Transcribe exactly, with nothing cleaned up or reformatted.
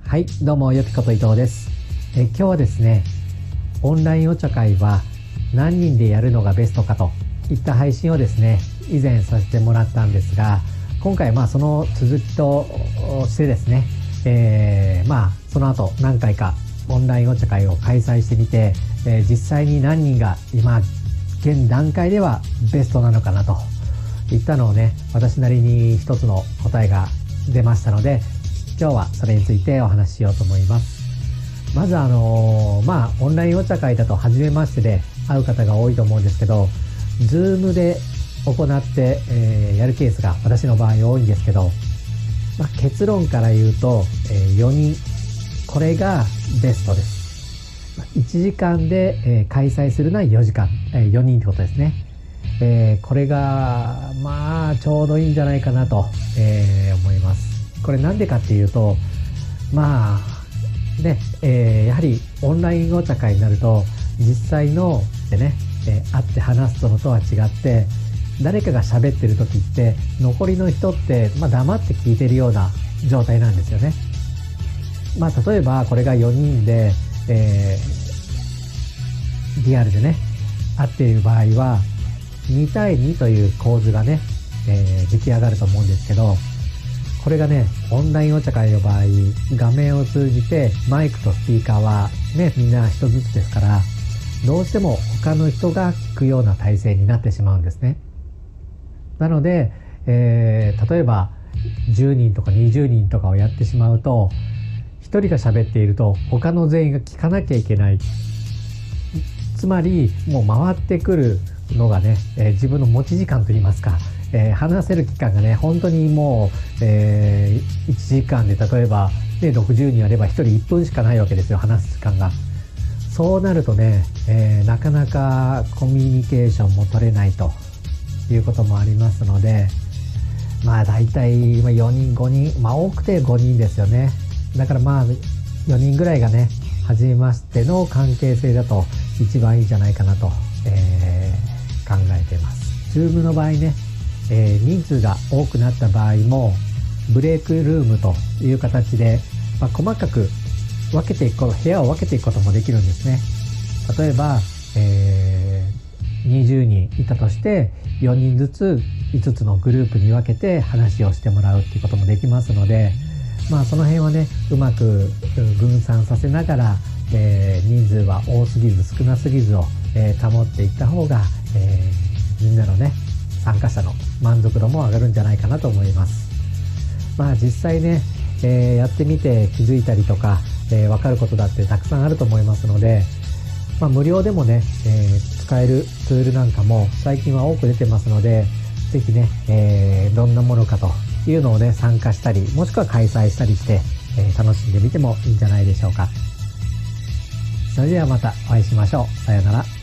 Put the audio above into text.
はい、どうもよきこと伊藤です。え今日はですね、オンラインお茶会は何人でやるのがベストかといった配信をですね、以前させてもらったんですが、今回まあその続きとしてですね、えー、まあその後何回かオンラインお茶会を開催してみて、えー、実際に何人が今現段階ではベストなのかなといったのをね、私なりに一つの答えが出ましたので、今日はそれについてお話ししようと思います。まずあのー、まあオンラインお茶会だと初めましてで会う方が多いと思うんですけど、Zoom で行って、えー、やるケースが私の場合多いんですけど、まあ、結論から言うと、えー、よにん、これがベストです。いちじかんで、えー、開催するのはよじかん、えー、よにんってことですね。えー、これがまあちょうどいいんじゃないかなと、えー、思います。これなんでかっていうと、まあね、えー、やはりオンラインお茶会になると実際のでね、えー、会って話すのとは違って、誰かが喋ってる時って残りの人って、まあ、黙って聞いてるような状態なんですよね。まあ例えばこれがよにんで、えー、リアルでね会っている場合はにたいにという構図がね、えー、出来上がると思うんですけど、これがねオンラインお茶会の場合、画面を通じてマイクとスピーカーはねみんな一つずつですから、どうしても他の人が聞くような体制になってしまうんですね。なので、えー、例えばじゅうにんとかにじゅうにんとかをやってしまうと、ひとりが喋っていると他の全員が聞かなきゃいけない。つまりもう回ってくるのがね、えー、自分の持ち時間といいますか、えー、話せる期間がね本当にもう、えー、いちじかんで例えば、ね、ろくじゅうにんあればひとりいっぷんしかないわけですよ、話す時間が。そうなるとね、えー、なかなかコミュニケーションも取れないということもありますので、まあ大体よにんごにん、まあ多くてごにんですよね。だからまあよにんぐらいがね初めましての関係性だと一番いいんじゃないかなと、えー、考えています。Zoom の場合ね、えー、人数が多くなった場合もブレイクルームという形で、まあ、細かく分けていくこと、部屋を分けていくこともできるんですね。例えば、えー、にじゅうにんいたとしてよにんずついつつのグループに分けて話をしてもらうっていうこともできますので、まあその辺はねうまく分散させながら、えー、人数は多すぎず少なすぎずを、えー、保っていった方が、えー、みんなのね参加者の満足度も上がるんじゃないかなと思います。まあ実際ね、えー、やってみて気づいたりとか、えー、分かることだってたくさんあると思いますので、まあ、無料でもね、えー、使えるツールなんかも最近は多く出てますので、ぜひね、えー、どんなものかというのをね参加したり、もしくは開催したりして、えー、楽しんでみてもいいんじゃないでしょうか。それではまたお会いしましょう。さようなら。